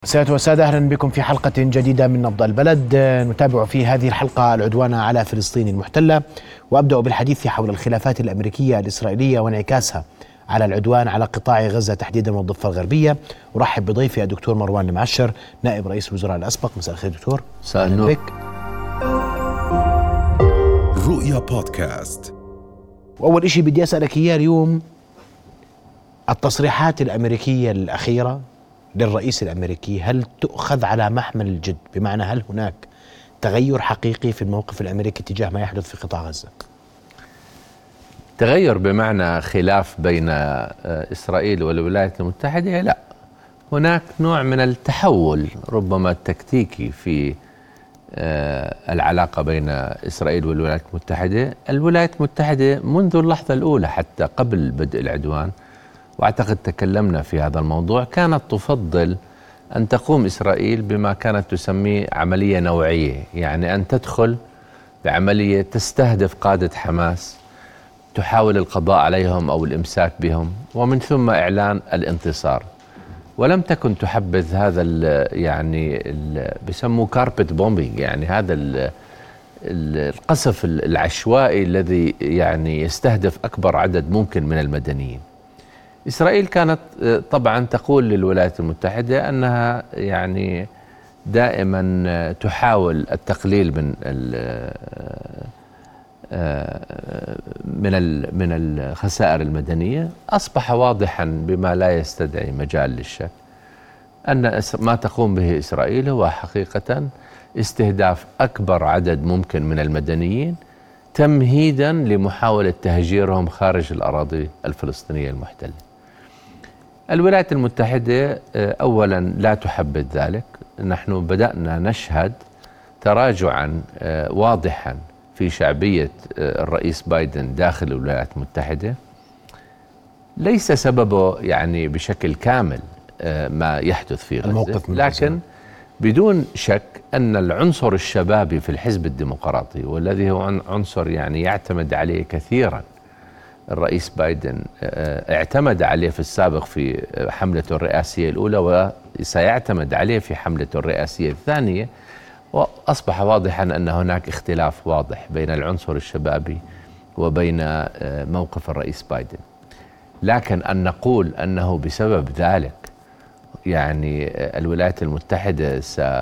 سيادة والسادة، أهلا بكم في حلقة جديدة من نبض البلد. نتابع في هذه الحلقة العدوان على فلسطين المحتلة، وأبدأ بالحديث حول الخلافات الأمريكية الإسرائيلية وانعكاسها على العدوان على قطاع غزة تحديدا والضفة الغربية. أرحب بضيفي الدكتور مروان المعشر، نائب رئيس الوزراء الأسبق. مساء الخير دكتور. مساء النور. رؤيا بودكاست. وأول إشي بدي أسألك إياه اليوم، التصريحات الأمريكية الأخيرة للرئيس الأمريكي هل تؤخذ على محمل الجد؟ بمعنى هل هناك تغير حقيقي في الموقف الأمريكي تجاه ما يحدث في قطاع غزة؟ تغير بمعنى خلاف بين إسرائيل والولايات المتحدة؟ لا، هناك نوع من التحول ربما التكتيكي في العلاقة بين إسرائيل والولايات المتحدة. الولايات المتحدة منذ اللحظة الأولى حتى قبل بدء العدوان، وأعتقد تكلمنا في هذا الموضوع، كانت تفضل أن تقوم إسرائيل بما كانت تسميه عملية نوعية، يعني أن تدخل بعملية تستهدف قادة حماس، تحاول القضاء عليهم أو الإمساك بهم، ومن ثم إعلان الانتصار. ولم تكن تحبذ هذا بيسموه كاربت بومبينج، يعني هذا القصف العشوائي الذي يعني يستهدف أكبر عدد ممكن من المدنيين. إسرائيل كانت طبعا تقول للولايات المتحدة أنها يعني دائما تحاول التقليل من الخسائر المدنية. أصبح واضحا بما لا يستدعي مجال للشك أن ما تقوم به إسرائيل هو حقيقة استهداف أكبر عدد ممكن من المدنيين تمهيدا لمحاولة تهجيرهم خارج الأراضي الفلسطينية المحتلة. الولايات المتحدة أولا لا تحبذ ذلك. نحن بدأنا نشهد تراجعا واضحا في شعبية الرئيس بايدن داخل الولايات المتحدة. ليس سببه يعني بشكل كامل ما يحدث في غزة، لكن بدون شك أن العنصر الشبابي في الحزب الديمقراطي، والذي هو عنصر يعني يعتمد عليه كثيرا الرئيس بايدن، اعتمد عليه في السابق في حملته الرئاسية الأولى وسيعتمد عليه في حملته الرئاسية الثانية. وأصبح واضحا أن هناك اختلاف واضح بين العنصر الشبابي وبين موقف الرئيس بايدن. لكن أن نقول أنه بسبب ذلك يعني الولايات المتحدة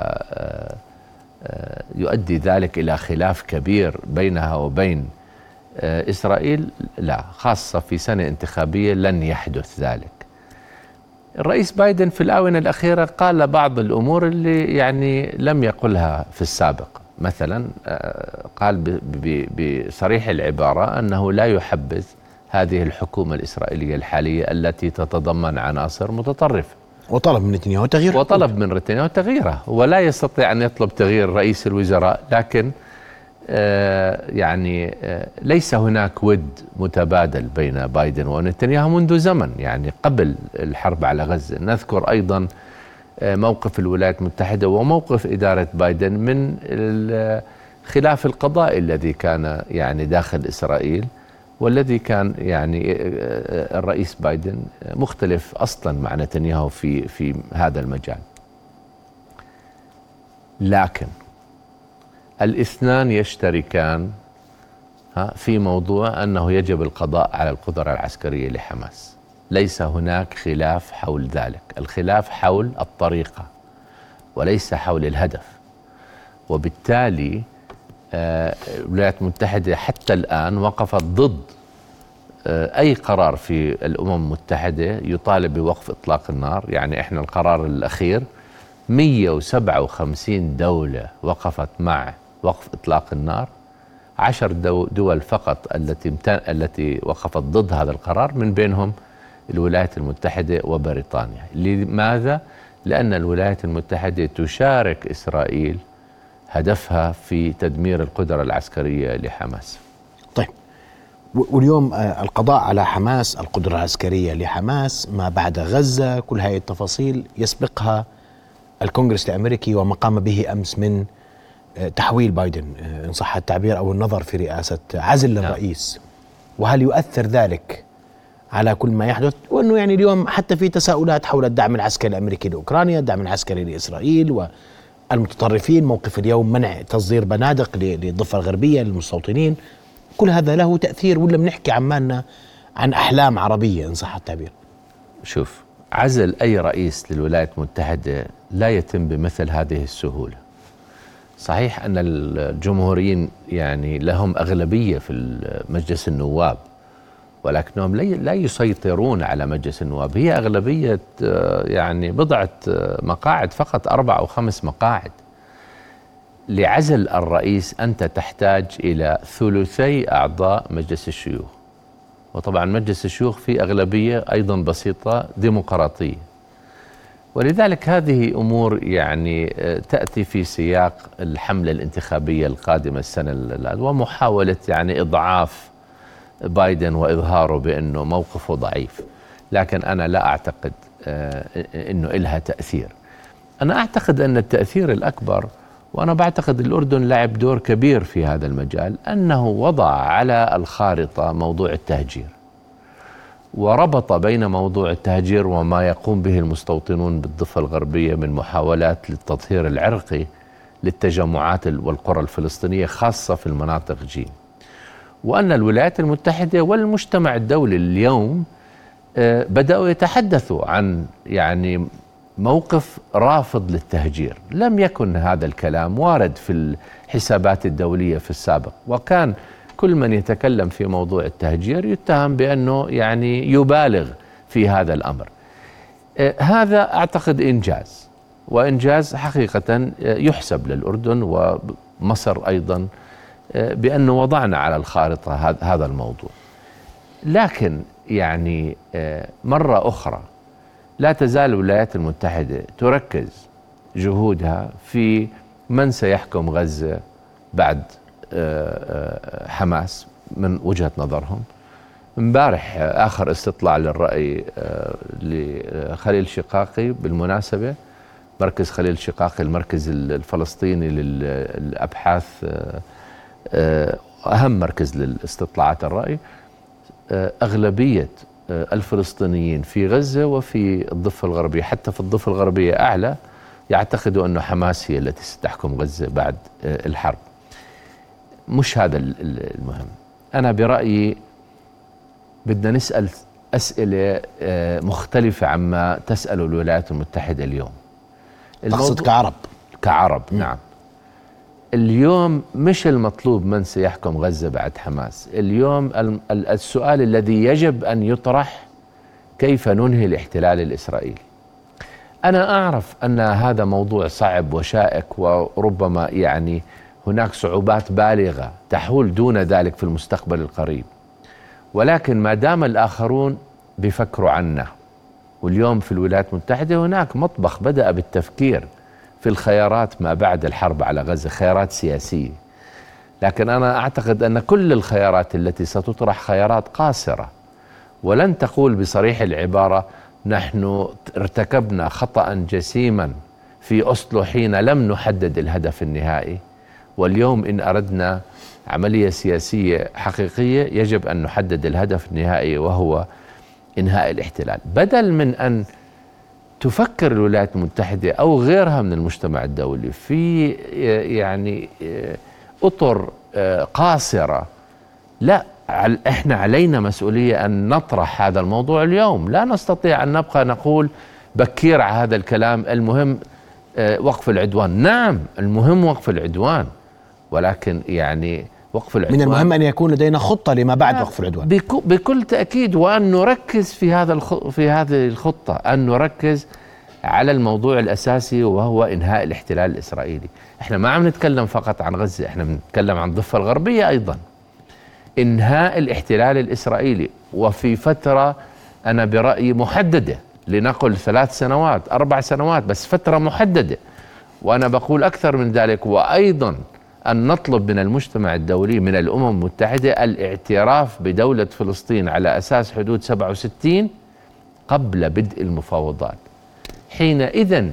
سيؤدي ذلك إلى خلاف كبير بينها وبين إسرائيل، لا، خاصة في سنة انتخابية لن يحدث ذلك. الرئيس بايدن في الآونة الأخيرة قال بعض الأمور اللي يعني لم يقلها في السابق. مثلا قال بصريح العبارة أنه لا يحبذ هذه الحكومة الإسرائيلية الحالية التي تتضمن عناصر متطرفة، وطلب من نتنياهو تغييره. ولا يستطيع أن يطلب تغيير رئيس الوزراء، لكن ليس هناك ود متبادل بين بايدن ونتنياهو منذ زمن، يعني قبل الحرب على غزة. نذكر أيضا موقف الولايات المتحدة وموقف إدارة بايدن من الخلاف القضائي الذي كان يعني داخل إسرائيل، والذي كان يعني الرئيس بايدن مختلف أصلا مع نتنياهو في هذا المجال. لكن الاثنان يشتركان في موضوع أنه يجب القضاء على القدرة العسكرية لحماس. ليس هناك خلاف حول ذلك، الخلاف حول الطريقة وليس حول الهدف. وبالتالي الولايات المتحدة حتى الآن وقفت ضد أي قرار في الأمم المتحدة يطالب بوقف إطلاق النار. يعني إحنا القرار الأخير 157 دولة وقفت مع وقف إطلاق النار، 10 دول فقط التي وقفت ضد هذا القرار، من بينهم الولايات المتحدة وبريطانيا. لماذا؟ لأن الولايات المتحدة تشارك إسرائيل هدفها في تدمير القدرة العسكرية لحماس. طيب، واليوم القضاء على حماس، القدرة العسكرية لحماس، ما بعد غزة، كل هذه التفاصيل يسبقها الكونغرس الأمريكي وما قام به أمس من تحويل بايدن إن صح التعبير أو النظر في رئاسة عزل للرئيس. وهل يؤثر ذلك على كل ما يحدث، وأنه يعني اليوم حتى في تساؤلات حول الدعم العسكري الأمريكي لأوكرانيا، الدعم العسكري لإسرائيل، والمتطرفين موقف اليوم منع تصدير بنادق للضفة الغربية للمستوطنين. كل هذا له تأثير ولا بنحكي عمالنا عن أحلام عربية إن صح التعبير؟ شوف، عزل أي رئيس للولايات المتحدة لا يتم بمثل هذه السهولة. صحيح أن الجمهوريين يعني لهم أغلبية في مجلس النواب، ولكنهم لا يسيطرون على مجلس النواب. هي أغلبية يعني بضعة مقاعد فقط، 4 أو 5 مقاعد. لعزل الرئيس أنت تحتاج إلى 2/3 أعضاء مجلس الشيوخ، وطبعا مجلس الشيوخ فيه أغلبية أيضا بسيطة ديمقراطية. ولذلك هذه أمور يعني تأتي في سياق الحملة الانتخابية القادمة السنة ومحاولة يعني إضعاف بايدن وإظهاره بأنه موقفه ضعيف. لكن أنا لا أعتقد أنه إلها تأثير. أنا أعتقد أن التأثير الأكبر، وأنا بعتقد الأردن لعب دور كبير في هذا المجال، أنه وضع على الخارطة موضوع التهجير، وربط بين موضوع التهجير وما يقوم به المستوطنون بالضفة الغربية من محاولات للتطهير العرقي للتجمعات والقرى الفلسطينية خاصة في المناطق جيم. وأن الولايات المتحدة والمجتمع الدولي اليوم بدأوا يتحدثوا عن يعني موقف رافض للتهجير. لم يكن هذا الكلام وارد في الحسابات الدولية في السابق، وكان كل من يتكلم في موضوع التهجير يتهم بأنه يعني يبالغ في هذا الأمر. هذا أعتقد إنجاز، وإنجاز حقيقة يحسب للأردن ومصر أيضا، بأنه وضعنا على الخارطة هذا الموضوع. لكن يعني مرة أخرى لا تزال الولايات المتحدة تركز جهودها في من سيحكم غزة بعد حماس من وجهة نظرهم. امبارح آخر استطلاع للرأي لخليل شقاقي، بالمناسبة مركز خليل شقاقي المركز الفلسطيني للأبحاث، أهم مركز للاستطلاعات الرأي، أغلبية الفلسطينيين في غزة وفي الضفة الغربية، حتى في الضفة الغربية أعلى، يعتقدوا أن حماس هي التي ستحكم غزة بعد الحرب. مش هذا المهم. أنا برأيي بدنا نسأل أسئلة مختلفة عما تسأل الولايات المتحدة اليوم. تقصد كعرب؟ نعم. اليوم مش المطلوب من سيحكم غزة بعد حماس. اليوم السؤال الذي يجب أن يطرح كيف ننهي الاحتلال الإسرائيلي. أنا أعرف أن هذا موضوع صعب وشائك، وربما يعني هناك صعوبات بالغة تحول دون ذلك في المستقبل القريب، ولكن ما دام الآخرون بيفكروا عنا، واليوم في الولايات المتحدة هناك مطبخ بدأ بالتفكير في الخيارات ما بعد الحرب على غزة، خيارات سياسية. لكن أنا أعتقد أن كل الخيارات التي ستطرح خيارات قاصرة، ولن تقول بصريح العبارة نحن ارتكبنا خطأ جسيما في أوسلو حين لم نحدد الهدف النهائي، واليوم إن أردنا عملية سياسية حقيقية يجب أن نحدد الهدف النهائي وهو إنهاء الاحتلال. بدل من أن تفكر الولايات المتحدة أو غيرها من المجتمع الدولي في يعني أطر قاصرة، لا، احنا علينا مسؤولية أن نطرح هذا الموضوع اليوم. لا نستطيع أن نبقى نقول بكير على هذا الكلام، المهم وقف العدوان. نعم المهم وقف العدوان، ولكن يعني وقف العدوان من المهم أن يكون لدينا خطة لما بعد وقف العدوان بكل تأكيد، وأن نركز في هذه الخطة، أن نركز على الموضوع الأساسي وهو إنهاء الاحتلال الإسرائيلي. احنا ما عم نتكلم فقط عن غزة، احنا بنتكلم عن الضفة الغربية أيضا. إنهاء الاحتلال الإسرائيلي وفي فترة أنا برأيي محددة، لنقل 3 سنوات 4 سنوات، بس فترة محددة. وأنا بقول أكثر من ذلك، وأيضا أن نطلب من المجتمع الدولي من الأمم المتحدة الاعتراف بدولة فلسطين على أساس حدود 67 قبل بدء المفاوضات. حينئذ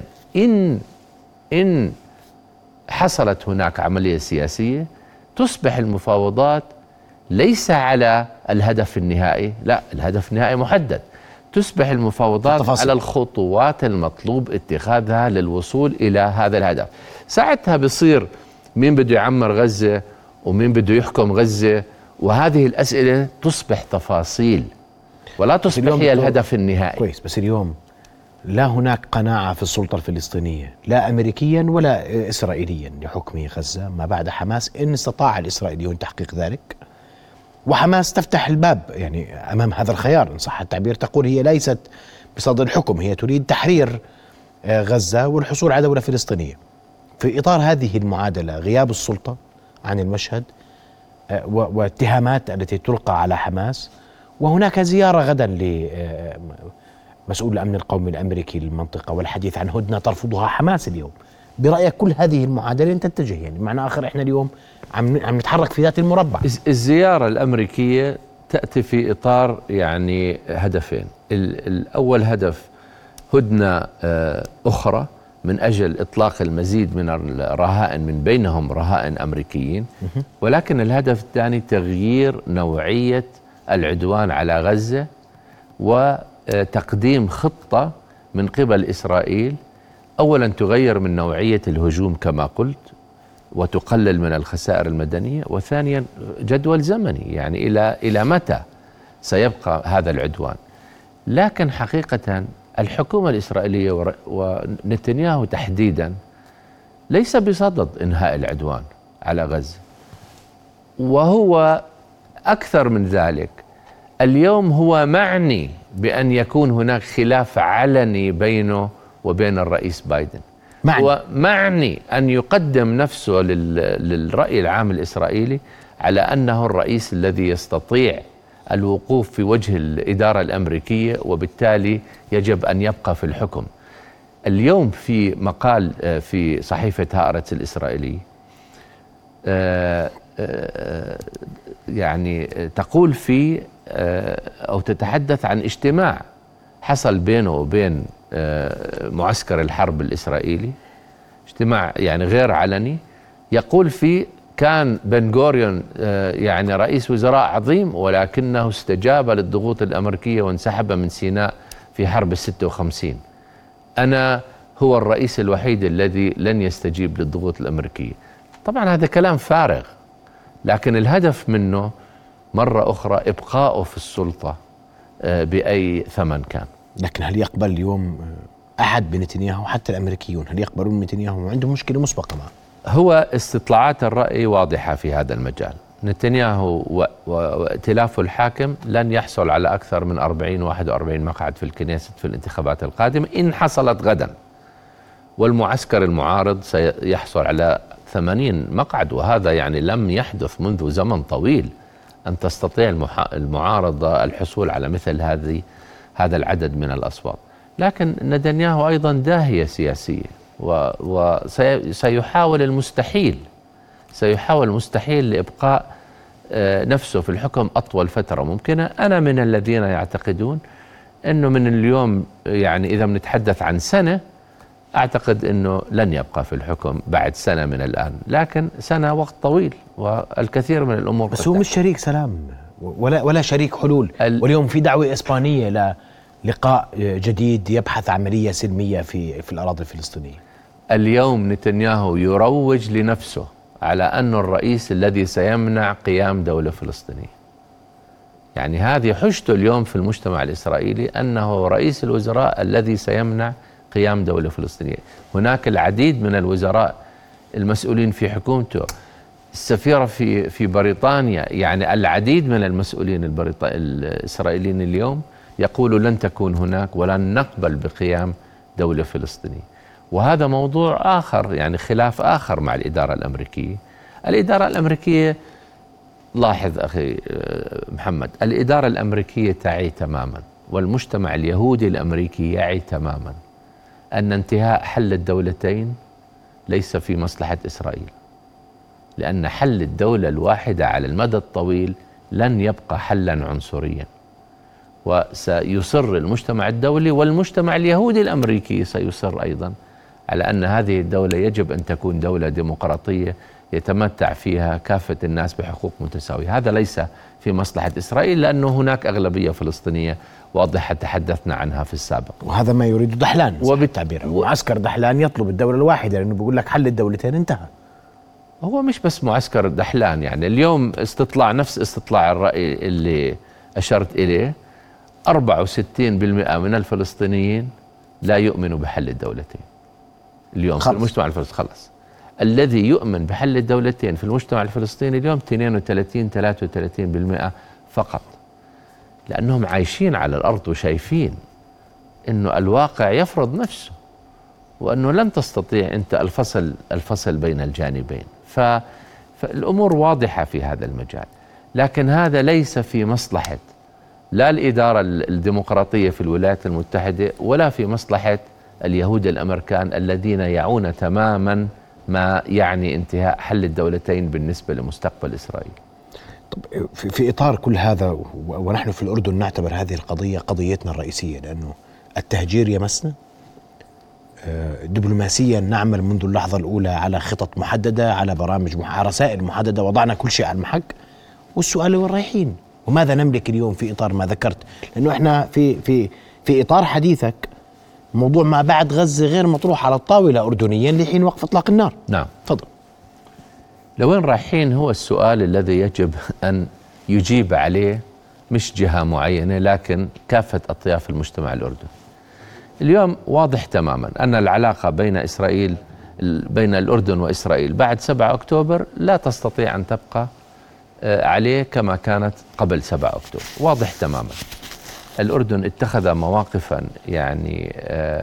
إن حصلت هناك عملية سياسية تصبح المفاوضات ليس على الهدف النهائي، لا، الهدف النهائي محدد. تصبح المفاوضات التفاصيل. على الخطوات المطلوب اتخاذها للوصول إلى هذا الهدف. ساعتها بصير مين بده يعمر غزة ومين بده يحكم غزة، وهذه الأسئلة تصبح تفاصيل ولا تصبح هي الهدف النهائي. كويس، بس اليوم لا هناك قناعة في السلطة الفلسطينية لا أمريكيا ولا إسرائيليا لحكم غزة ما بعد حماس، إن استطاع الإسرائيليون تحقيق ذلك، وحماس تفتح الباب يعني أمام هذا الخيار إن صح التعبير. تقول هي ليست بصدد الحكم، هي تريد تحرير غزة والحصول على دولة فلسطينية. في إطار هذه المعادلة غياب السلطة عن المشهد واتهامات التي تلقى على حماس، وهناك زيارة غدا لمسؤول الأمن القومي الأمريكي للمنطقة والحديث عن هدنة ترفضها حماس اليوم. برأيك كل هذه المعادلة تتجه يعني معنى آخر إحنا اليوم عم نتحرك في ذات المربع؟ الزيارة الأمريكية تأتي في إطار يعني هدفين. الأول هدف هدنة أخرى من أجل إطلاق المزيد من الرهائن، من بينهم رهائن أمريكيين، ولكن الهدف الثاني تغيير نوعية العدوان على غزة وتقديم خطة من قبل إسرائيل أولا تغير من نوعية الهجوم كما قلت وتقلل من الخسائر المدنية، وثانيا جدول زمني يعني إلى متى سيبقى هذا العدوان. لكن حقيقة الحكومة الإسرائيلية ونتنياهو تحديدا ليس بصدد إنهاء العدوان على غزة، وهو أكثر من ذلك اليوم هو معني بأن يكون هناك خلاف علني بينه وبين الرئيس بايدن. هو معني أن يقدم نفسه للرأي العام الإسرائيلي على أنه الرئيس الذي يستطيع الوقوف في وجه الإدارة الأمريكية وبالتالي يجب أن يبقى في الحكم. اليوم في مقال في صحيفة هآرتس الإسرائيلي يعني تقول فيه أو تتحدث عن اجتماع حصل بينه وبين معسكر الحرب الإسرائيلي، اجتماع يعني غير علني، يقول فيه كان بن غوريون يعني رئيس وزراء عظيم ولكنه استجاب للضغوط الأمريكية وانسحب من سيناء في حرب 56. أنا هو الرئيس الوحيد الذي لن يستجيب للضغوط الأمريكية. طبعا هذا كلام فارغ، لكن الهدف منه مرة أخرى إبقاؤه في السلطة بأي ثمن كان. لكن هل يقبل اليوم أحد بنتنياهو حتى الأمريكيون هل يقبلون نتنياهو وعنده مشكلة مسبقة معه؟ هو استطلاعات الرأي واضحة في هذا المجال. نتنياهو وائتلافه الحاكم لن يحصل على أكثر من 41 مقعد في الكنيست في الانتخابات القادمة إن حصلت غدا، والمعسكر المعارض سيحصل على 80 مقعد، وهذا يعني لم يحدث منذ زمن طويل أن تستطيع المعارضة الحصول على مثل هذا العدد من الأصوات. لكن نتنياهو أيضا داهية سياسية وسيحاول المستحيل لإبقاء نفسه في الحكم أطول فترة ممكنة. أنا من الذين يعتقدون أنه من اليوم يعني إذا بنتحدث عن سنة، أعتقد أنه لن يبقى في الحكم بعد سنة من الآن، لكن سنة وقت طويل والكثير من الأمور. بس هو مش شريك سلام ولا شريك حلول. واليوم في دعوة إسبانية للقاء جديد يبحث عملية سلمية في الأراضي الفلسطينية. اليوم نتنياهو يروج لنفسه على أنه الرئيس الذي سيمنع قيام دولة فلسطينية. يعني هذه حجته اليوم في المجتمع الإسرائيلي أنه رئيس الوزراء الذي سيمنع قيام دولة فلسطينية. هناك العديد من الوزراء المسؤولين في حكومته، السفيرة في بريطانيا، يعني العديد من المسؤولين الإسرائيليين اليوم يقولوا لن تكون هناك ولن نقبل بقيام دولة فلسطينية. وهذا موضوع آخر، يعني خلاف آخر مع الإدارة الأمريكية. الإدارة الأمريكية، لاحظ أخي محمد، الإدارة الأمريكية تعي تماما والمجتمع اليهودي الأمريكي يعي تماما أن انتهاء حل الدولتين ليس في مصلحة إسرائيل، لأن حل الدولة الواحدة على المدى الطويل لن يبقى حلا عنصريا، وسيصر المجتمع الدولي والمجتمع اليهودي الأمريكي سيصر أيضا على أن هذه الدولة يجب أن تكون دولة ديمقراطية يتمتع فيها كافة الناس بحقوق متساوية. هذا ليس في مصلحة إسرائيل، لأنه هناك أغلبية فلسطينية واضحة تحدثنا عنها في السابق. وهذا ما يريد دحلان وبالتعبير معسكر دحلان يطلب الدولة الواحدة، لأنه بيقول لك حل الدولتين انتهى. هو مش بس معسكر دحلان، يعني اليوم استطلاع نفس استطلاع الرأي اللي أشرت إليه 64% من الفلسطينيين لا يؤمنوا بحل الدولتين اليوم في المجتمع الفلسطيني. خلص الذي يؤمن بحل الدولتين في المجتمع الفلسطيني اليوم 32-33% فقط، لأنهم عايشين على الأرض وشايفين أنه الواقع يفرض نفسه، وأنه لن تستطيع أنت الفصل بين الجانبين. فالأمور واضحة في هذا المجال، لكن هذا ليس في مصلحة لا الإدارة الديمقراطية في الولايات المتحدة ولا في مصلحة اليهود الأمريكان الذين يعون تماما ما يعني انتهاء حل الدولتين بالنسبة لمستقبل إسرائيل. طب في إطار كل هذا ونحن في الأردن نعتبر هذه القضية قضيتنا الرئيسية، لأنه التهجير يمسنا دبلوماسيا، نعمل منذ اللحظة الأولى على خطط محددة، على برامج على رسائل محددة، وضعنا كل شيء على المحك. والسؤال وين رايحين وماذا نملك اليوم في إطار ما ذكرت؟ لأنه إحنا في إطار حديثك موضوع ما بعد غزة غير مطروح على الطاولة أردنيا لحين وقف إطلاق النار. نعم تفضل. لوين رايحين هو السؤال الذي يجب أن يجيب عليه مش جهة معينة لكن كافة أطياف المجتمع الأردني. اليوم واضح تماما أن العلاقة بين الأردن وإسرائيل بعد 7 أكتوبر لا تستطيع أن تبقى عليه كما كانت قبل 7 أكتوبر. واضح تماما. الأردن اتخذ مواقفا يعني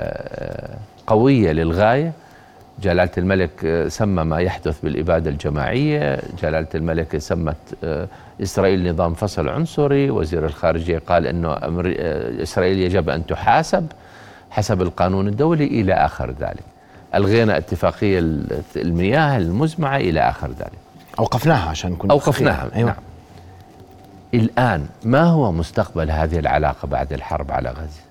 قوية للغاية. جلالة الملك سمى ما يحدث بالإبادة الجماعية، جلالة الملك سمت إسرائيل نظام فصل عنصري، وزير الخارجية قال أنه إسرائيل يجب أن تحاسب حسب القانون الدولي إلى آخر ذلك. ألغينا اتفاقية المياه المزمعة إلى آخر ذلك، أوقفناها عشان كنا أوقفناها. أيوة. نعم. الآن ما هو مستقبل هذه العلاقة بعد الحرب على غزة؟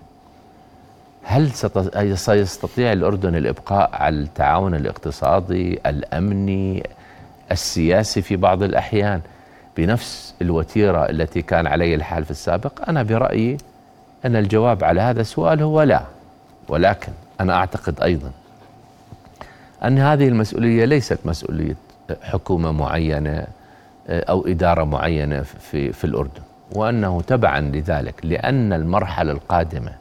هل سيستطيع الأردن الإبقاء على التعاون الاقتصادي الأمني السياسي في بعض الأحيان بنفس الوتيرة التي كان عليه الحال في السابق؟ أنا برأيي أن الجواب على هذا السؤال هو لا، ولكن أنا أعتقد أيضا أن هذه المسؤولية ليست مسؤولية حكومة معينة أو إدارة معينة في الأردن، وأنه تبعا لذلك لأن المرحلة القادمة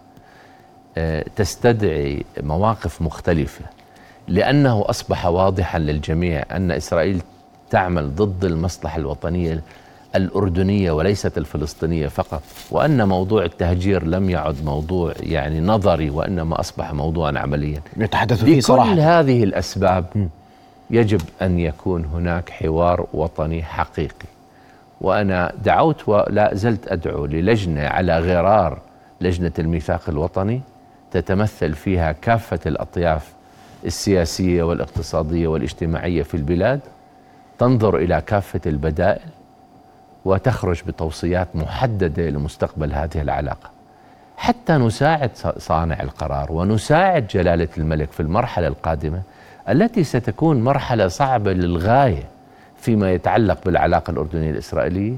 تستدعي مواقف مختلفة، لأنه أصبح واضحا للجميع أن إسرائيل تعمل ضد المصلحة الوطنية الأردنية وليست الفلسطينية فقط، وأن موضوع التهجير لم يعد موضوع يعني نظري وإنما أصبح موضوعا عمليا نتحدث فيه صراحة. لكل هذه الأسباب يجب أن يكون هناك حوار وطني حقيقي. وأنا دعوت ولا زلت أدعو للجنة على غرار لجنة الميثاق الوطني تتمثل فيها كافة الأطياف السياسية والاقتصادية والاجتماعية في البلاد، تنظر إلى كافة البدائل وتخرج بتوصيات محددة لمستقبل هذه العلاقة، حتى نساعد صانع القرار ونساعد جلالة الملك في المرحلة القادمة التي ستكون مرحلة صعبة للغاية فيما يتعلق بالعلاقة الأردنية الإسرائيلية،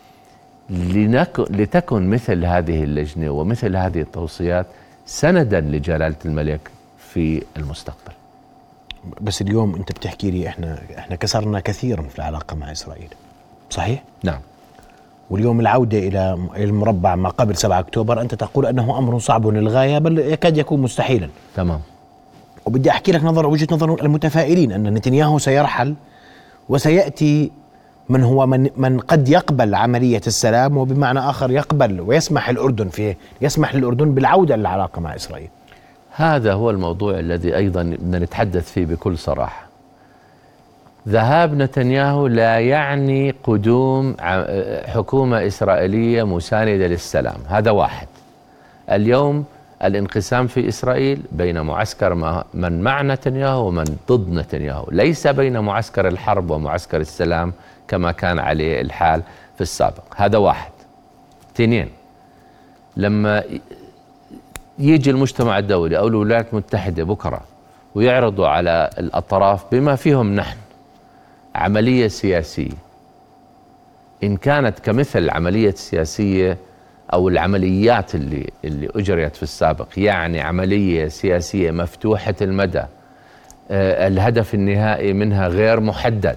لتكن مثل هذه اللجنة ومثل هذه التوصيات سندا لجلالة الملك في المستقبل. بس اليوم أنت بتحكي لي إحنا كسرنا كثيرا في العلاقة مع إسرائيل، صحيح؟ نعم. واليوم العودة إلى المربع ما قبل 7 أكتوبر أنت تقول أنه أمر صعب للغاية بل يكاد يكون مستحيلا. تمام. وبدي أحكي لك وجهة نظر المتفائلين أن نتنياهو سيرحل وسيأتي من قد يقبل عملية السلام، وبمعنى آخر يقبل ويسمح يسمح للأردن بالعودة للعلاقة مع إسرائيل. هذا هو الموضوع الذي أيضا بدنا نتحدث فيه بكل صراحة. ذهاب نتنياهو لا يعني قدوم حكومة إسرائيلية مساندة للسلام، هذا واحد. اليوم الانقسام في إسرائيل بين معسكر من مع نتنياهو ومن ضد نتنياهو، ليس بين معسكر الحرب ومعسكر السلام كما كان عليه الحال في السابق، هذا واحد. 2، لما يجي المجتمع الدولي أو الولايات المتحدة بكرة ويعرضوا على الأطراف بما فيهم نحن عملية سياسية، إن كانت كمثل العملية السياسية أو العمليات اللي أجريت في السابق، يعني عملية سياسية مفتوحة المدى، الهدف النهائي منها غير محدد،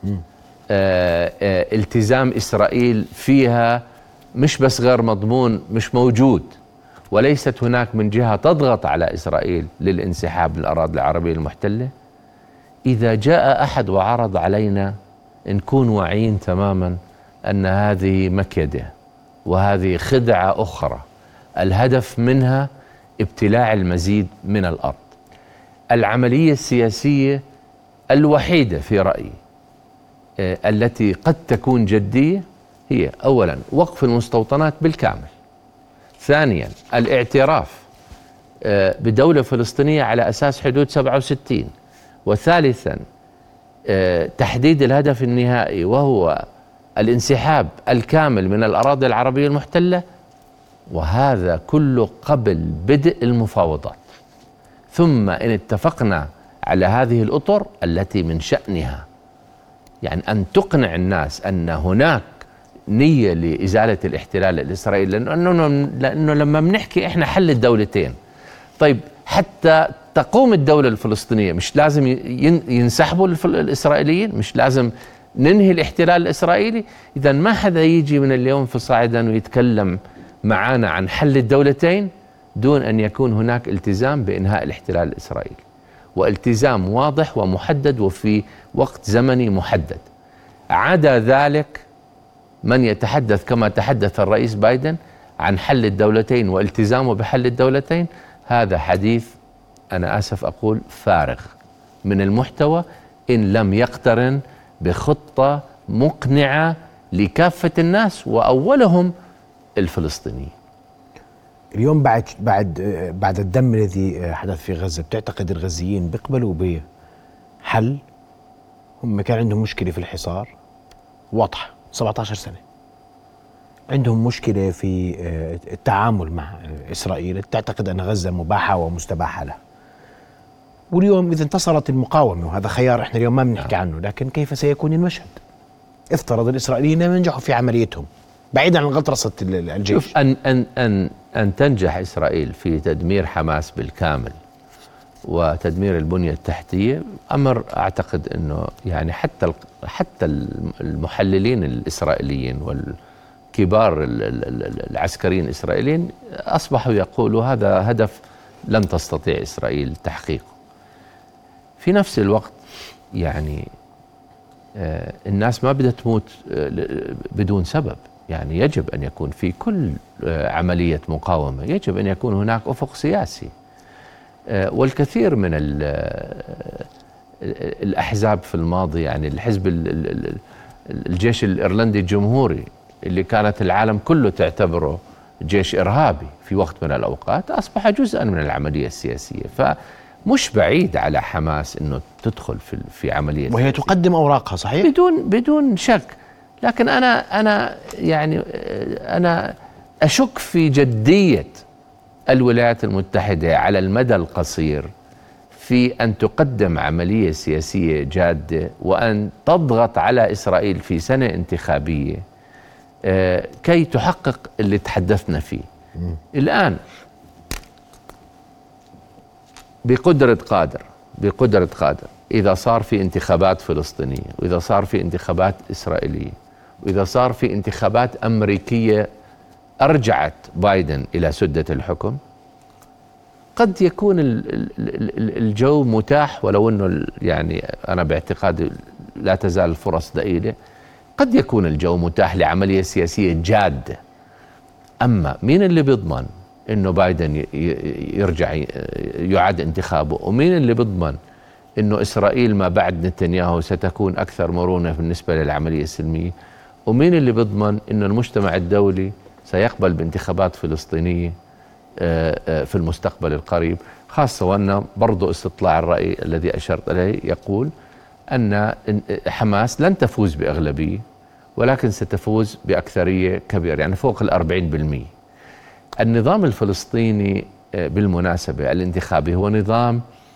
التزام إسرائيل فيها مش بس غير مضمون، مش موجود، وليست هناك من جهة تضغط على إسرائيل للانسحاب من الأراضي العربية المحتلة. إذا جاء أحد وعرض علينا نكون واعيين تماما أن هذه مكيدة وهذه خدعة أخرى الهدف منها ابتلاع المزيد من الأرض. العملية السياسية الوحيدة في رأيي التي قد تكون جدية هي أولا وقف المستوطنات بالكامل، ثانيا الاعتراف بدولة فلسطينية على أساس حدود 67، وثالثا تحديد الهدف النهائي وهو الانسحاب الكامل من الأراضي العربية المحتلة، وهذا كله قبل بدء المفاوضات. ثم إن اتفقنا على هذه الأطر التي من شأنها يعني أن تقنع الناس أن هناك نية لإزالة الاحتلال الإسرائيلي، لأنه لما بنحكي إحنا حل الدولتين، طيب حتى تقوم الدولة الفلسطينية مش لازم ينسحبوا الإسرائيليين؟ مش لازم ننهي الاحتلال الإسرائيلي؟ إذا ما حدا يجي من اليوم في صاعدا ويتكلم معانا عن حل الدولتين دون أن يكون هناك التزام بإنهاء الاحتلال الإسرائيلي، والتزام واضح ومحدد وفي وقت زمني محدد. عدا ذلك من يتحدث كما تحدث الرئيس بايدن عن حل الدولتين والتزامه بحل الدولتين، هذا حديث أنا آسف أقول فارغ من المحتوى إن لم يقترن بخطة مقنعة لكافة الناس وأولهم الفلسطينيين. اليوم بعد الدم الذي حدث في غزة، بتعتقد الغزيين بيقبلوا بحل؟ هم كان عندهم مشكلة في الحصار واضحة 17 سنة، عندهم مشكلة في التعامل مع إسرائيل، تعتقد أن غزة مباحة ومستباحة لها، واليوم إذا انتصرت المقاومة، وهذا خيار إحنا اليوم ما بنحكي عنه، لكن كيف سيكون المشهد؟ افترض الإسرائيليين لم ينجحوا في عمليتهم بعيدا عن غطرسة الجيش. شوف، أن تنجح إسرائيل في تدمير حماس بالكامل وتدمير البنية التحتية أمر أعتقد أنه يعني حتى المحللين الإسرائيليين والكبار العسكريين الإسرائيليين أصبحوا يقولوا هذا هدف لن تستطيع إسرائيل تحقيقه. في نفس الوقت يعني الناس ما بدها تموت بدون سبب، يعني يجب أن يكون في كل عملية مقاومة يجب أن يكون هناك أفق سياسي، والكثير من الأحزاب في الماضي، يعني الحزب الجيش الإيرلندي الجمهوري اللي كانت العالم كله تعتبره جيش إرهابي في وقت من الأوقات، أصبح جزءا من العملية السياسية. فمش بعيد على حماس أنه تدخل في عملية وهي سياسية. تقدم أوراقها صحيح بدون شك، لكن أنا يعني أنا أشك في جدية الولايات المتحدة على المدى القصير في أن تقدم عملية سياسية جادة وأن تضغط على إسرائيل في سنة انتخابية كي تحقق اللي تحدثنا فيه. الآن بقدرة قادر إذا صار في انتخابات فلسطينية، وإذا صار في انتخابات إسرائيلية، وإذا صار في انتخابات أمريكية أرجعت بايدن إلى سدة الحكم، قد يكون الجو متاح، ولو أنه يعني أنا باعتقادي لا تزال الفرص ضئيلة، قد يكون الجو متاح لعملية سياسية جادة. أما مين اللي بيضمن أنه بايدن يرجع يعاد انتخابه؟ ومين اللي بيضمن أنه إسرائيل ما بعد نتنياهو ستكون أكثر مرونة بالنسبة للعملية السلمية؟ ومين اللي بيضمن أنه المجتمع الدولي سيقبل بانتخابات فلسطينية في المستقبل القريب؟ خاصة وأن برضو استطلاع الرأي الذي أشرت إليه يقول أن حماس لن تفوز بأغلبية، ولكن ستفوز بأكثرية كبيرة، يعني فوق 40%. النظام الفلسطيني بالمناسبة الانتخابي هو نظام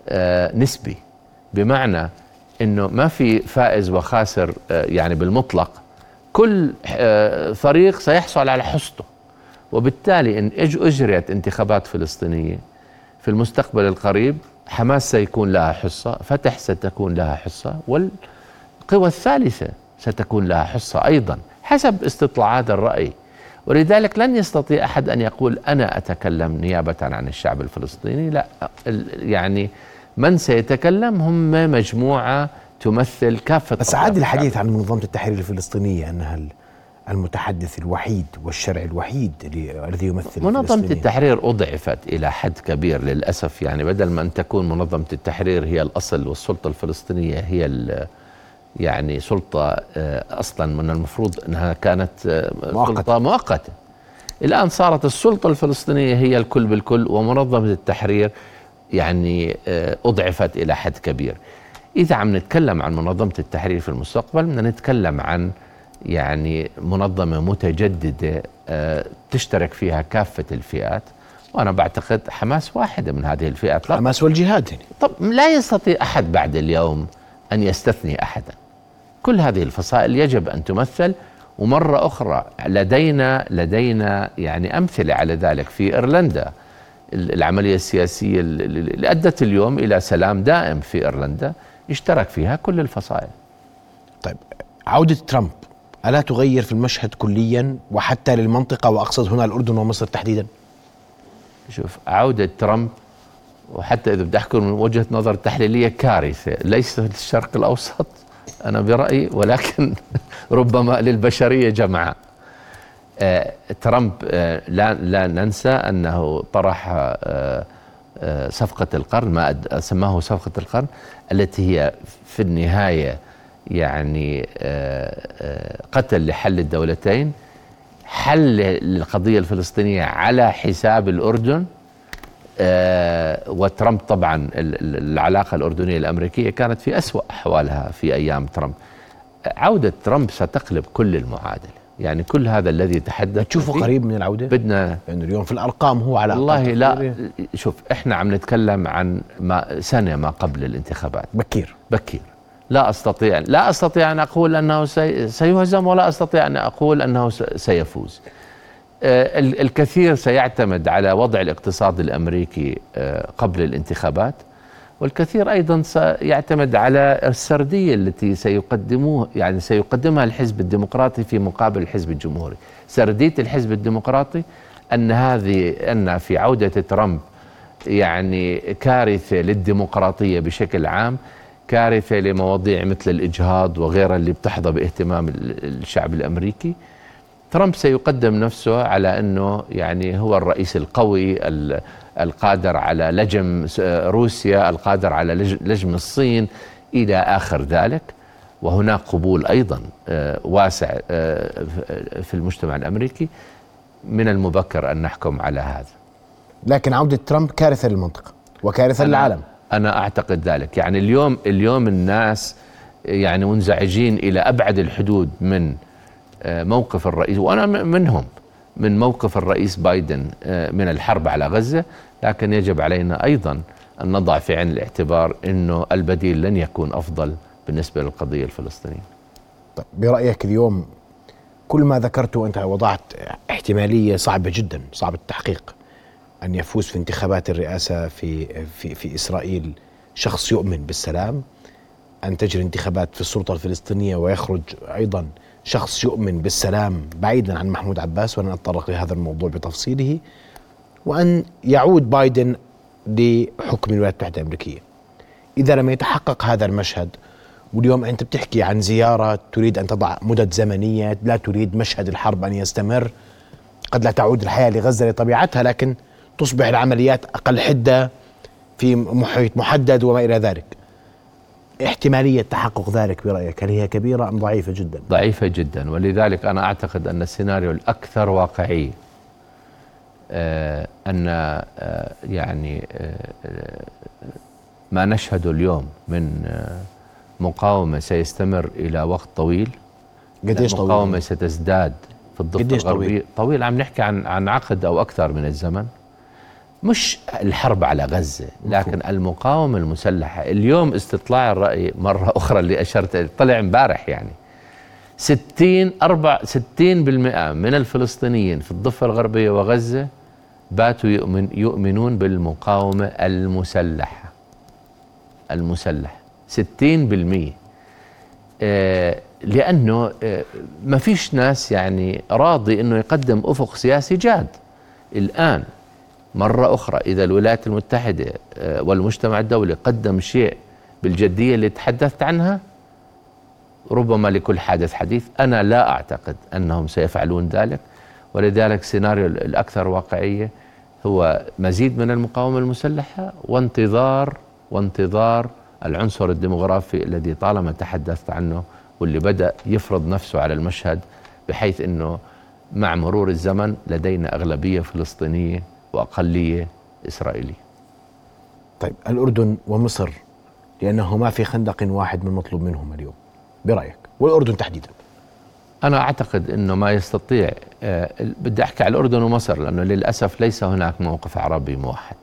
نسبي، بمعنى أنه ما في فائز وخاسر يعني بالمطلق، كل فريق سيحصل على حصته. وبالتالي إن أجريت انتخابات فلسطينية في المستقبل القريب، حماس سيكون لها حصة، فتح ستكون لها حصة، والقوى الثالثة ستكون لها حصة أيضا حسب استطلاعات الرأي. ولذلك لن يستطيع أحد أن يقول أنا أتكلم نيابة عن الشعب الفلسطيني، لا، يعني من سيتكلم هم مجموعة تمثل كافة. بس عاد الحديث عن منظمة التحرير الفلسطينية أنها المتحدث الوحيد والشرعي الوحيد الذي يمثل منظمة التحرير أضعفت إلى حد كبير للأسف. يعني بدل ما أن تكون منظمة التحرير هي الأصل والسلطة الفلسطينية هي يعني سلطة أصلا من المفروض أنها كانت سلطة مؤقتة، الآن صارت السلطة الفلسطينية هي الكل بالكل، ومنظمة التحرير يعني أضعفت إلى حد كبير. إذا عم نتكلم عن منظمة التحرير في المستقبل بدنا نتكلم عن يعني منظمة متجددة تشترك فيها كافة الفئات، وأنا بعتقد حماس واحدة من هذه الفئات. حماس والجهاد يعني. طب لا يستطيع أحد بعد اليوم أن يستثني أحدا، كل هذه الفصائل يجب أن تمثل. ومرة أخرى لدينا يعني أمثلة على ذلك في إيرلندا، العملية السياسية اللي أدت اليوم إلى سلام دائم في إيرلندا اشترك فيها كل الفصائل. طيب عودة ترامب ألا تغير في المشهد كليا وحتى للمنطقة، وأقصد هنا الأردن ومصر تحديدا؟ شوف، عودة ترامب وحتى إذا بدي أحكي من وجهة نظر تحليلية كارثة، ليس للشرق الأوسط أنا برأيي، ولكن ربما للبشرية جمعاء. ترامب لا ننسى أنه طرح صفقة القرن، ما سماه صفقة القرن، التي هي في النهاية يعني قتل لحل الدولتين، حل القضية الفلسطينية على حساب الأردن. وترامب طبعا العلاقة الأردنية الأمريكية كانت في أسوأ أحوالها في أيام ترامب. عودة ترامب ستقلب كل المعادلة، يعني كل هذا الذي تحدث تشوفه قريب من العودة؟ بدنا يعني اليوم في الأرقام هو على والله لا، شوف احنا عم نتكلم عن سنة ما قبل الانتخابات، بكير. لا أستطيع أن أقول أنه سيهزم، ولا أستطيع أن أقول أنه سيفوز. الكثير سيعتمد على وضع الاقتصاد الأمريكي قبل الانتخابات، والكثير أيضا سيعتمد على السردية التي سيقدمها الحزب الديمقراطي في مقابل الحزب الجمهوري. سردية الحزب الديمقراطي أن في عودة ترامب يعني كارثة للديمقراطية بشكل عام، كارثة لمواضيع مثل الإجهاض وغيرها اللي بتحظى باهتمام الشعب الأمريكي. ترامب سيقدم نفسه على أنه يعني هو الرئيس القوي القادر على لجم روسيا، القادر على لجم الصين إلى آخر ذلك. وهناك قبول أيضا واسع في المجتمع الأمريكي. من المبكر أن نحكم على هذا، لكن عودة ترامب كارثة للمنطقة وكارثة للعالم. أنا أعتقد ذلك. يعني اليوم الناس يعني منزعجين إلى أبعد الحدود من موقف الرئيس، وأنا منهم، من موقف الرئيس بايدن من الحرب على غزة. لكن يجب علينا أيضا أن نضع في عين الاعتبار أنه البديل لن يكون أفضل بالنسبة للقضية الفلسطينية. طيب برأيك اليوم كل ما ذكرته أنت وضعت احتمالية صعبة جدا، صعب التحقيق، أن يفوز في انتخابات الرئاسة في إسرائيل شخص يؤمن بالسلام، أن تجري انتخابات في السلطة الفلسطينية ويخرج أيضا شخص يؤمن بالسلام بعيدا عن محمود عباس، ولن أتطرق لهذا الموضوع بتفصيله، وأن يعود بايدن لحكم الولايات المتحدة الأمريكية. إذا لم يتحقق هذا المشهد، واليوم أنت بتحكي عن زيارة تريد أن تضع مدد زمنية، لا تريد مشهد الحرب أن يستمر، قد لا تعود الحياة لغزة لطبيعتها، لكن تصبح العمليات أقل حدة في محيط محدد وما إلى ذلك. احتمالية تحقق ذلك برأيك هل هي كبيرة أم ضعيفة جدا؟ ضعيفة جدا، ولذلك أنا أعتقد أن السيناريو الأكثر واقعي أن يعني ما نشهده اليوم من مقاومة سيستمر إلى وقت طويل. قديش طويل؟ مقاومة ستزداد في الضفة الغربية. طويل عم نحكي عن عقد أو أكثر من الزمن. مش الحرب على غزة، لكن المقاومة المسلحة. اليوم استطلاع الرأي مرة أخرى اللي أشرت طلع امبارح، يعني 60% من الفلسطينيين في الضفة الغربية وغزة باتوا يؤمنون بالمقاومة المسلحة 60%. لأنه ما فيش ناس يعني راضي أنه يقدم أفق سياسي جاد. الآن مرة أخرى إذا الولايات المتحدة والمجتمع الدولي قدم شيء بالجدية اللي تحدثت عنها، ربما لكل حادث حديث. أنا لا أعتقد أنهم سيفعلون ذلك، ولذلك السيناريو الأكثر واقعية هو مزيد من المقاومة المسلحة وانتظار العنصر الديمغرافي الذي طالما تحدثت عنه واللي بدأ يفرض نفسه على المشهد، بحيث أنه مع مرور الزمن لدينا أغلبية فلسطينية وأقلية إسرائيلية. طيب الأردن ومصر لأنهما في خندق واحد من مطلوب منهما اليوم برأيك، والأردن تحديدا؟ أنا أعتقد أنه ما يستطيع بدي أحكي على الأردن ومصر لأنه للأسف ليس هناك موقف عربي موحد،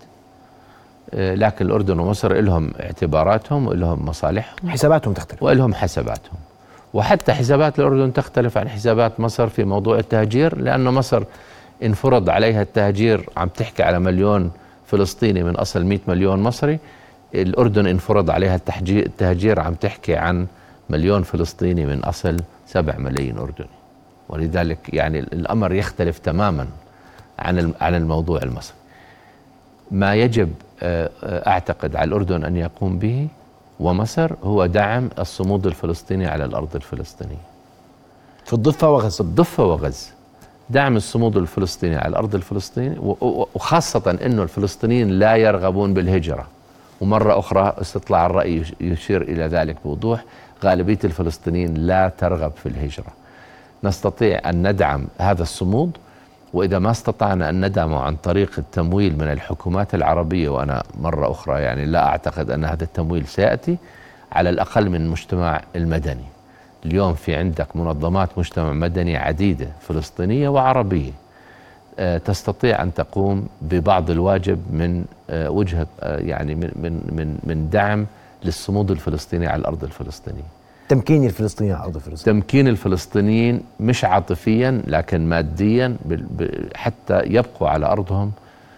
لكن الأردن ومصر لهم اعتباراتهم ولهم مصالحهم، حساباتهم تختلف ولهم حساباتهم، وحتى حسابات الأردن تختلف عن حسابات مصر في موضوع التهجير، لأنه مصر انفرض عليها التهجير عم تحكي على 1,000,000 فلسطيني من أصل 100 مليون مصري. الأردن انفرض عليها التهجير عم تحكي عن 1,000,000 فلسطيني من أصل 7 ملايين أردني، ولذلك يعني الأمر يختلف تماما عن الموضوع المصري. ما يجب أعتقد على الأردن أن يقوم به ومصر هو دعم الصمود الفلسطيني على الأرض الفلسطينية في الضفة وغزة، دعم الصمود الفلسطيني على الأرض الفلسطينية، وخاصة أنه الفلسطينيين لا يرغبون بالهجرة. ومرة أخرى استطلاع الرأي يشير إلى ذلك بوضوح، غالبية الفلسطينيين لا ترغب في الهجرة. نستطيع أن ندعم هذا الصمود، وإذا ما استطعنا أن ندعمه عن طريق التمويل من الحكومات العربية، وأنا مرة أخرى يعني لا أعتقد أن هذا التمويل سيأتي، على الأقل من المجتمع المدني. اليوم في عندك منظمات مجتمع مدني عديدة فلسطينية وعربية تستطيع أن تقوم ببعض الواجب من وجهة يعني من دعم للصمود الفلسطيني على الأرض الفلسطينية. تمكين الفلسطينيين على الأرض الفلسطينية، تمكين الفلسطينيين مش عاطفيا لكن ماديا حتى يبقوا على أرضهم،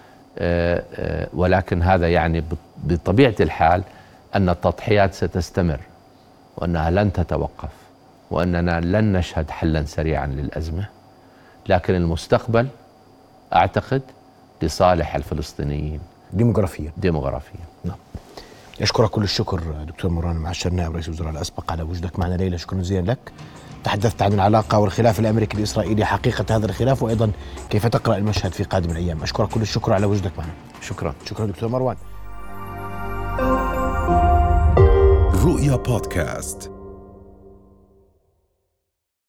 ولكن هذا يعني بطبيعة الحال أن التضحيات ستستمر وأنها لن تتوقف وأننا لن نشهد حلا سريعا للأزمة، لكن المستقبل أعتقد لصالح الفلسطينيين ديموغرافيا. نعم. أشكرك كل الشكر دكتور مروان معشر نائب رئيس الوزراء الأسبق على وجودك معنا ليلة. شكرا جزيلا لك. تحدثت عن العلاقة والخلاف الأمريكي الإسرائيلي، حقيقة هذا الخلاف، وأيضا كيف تقرأ المشهد في قادم الأيام. أشكرك كل الشكر على وجودك معنا. شكرا دكتور مروان. رؤيا بودكاست.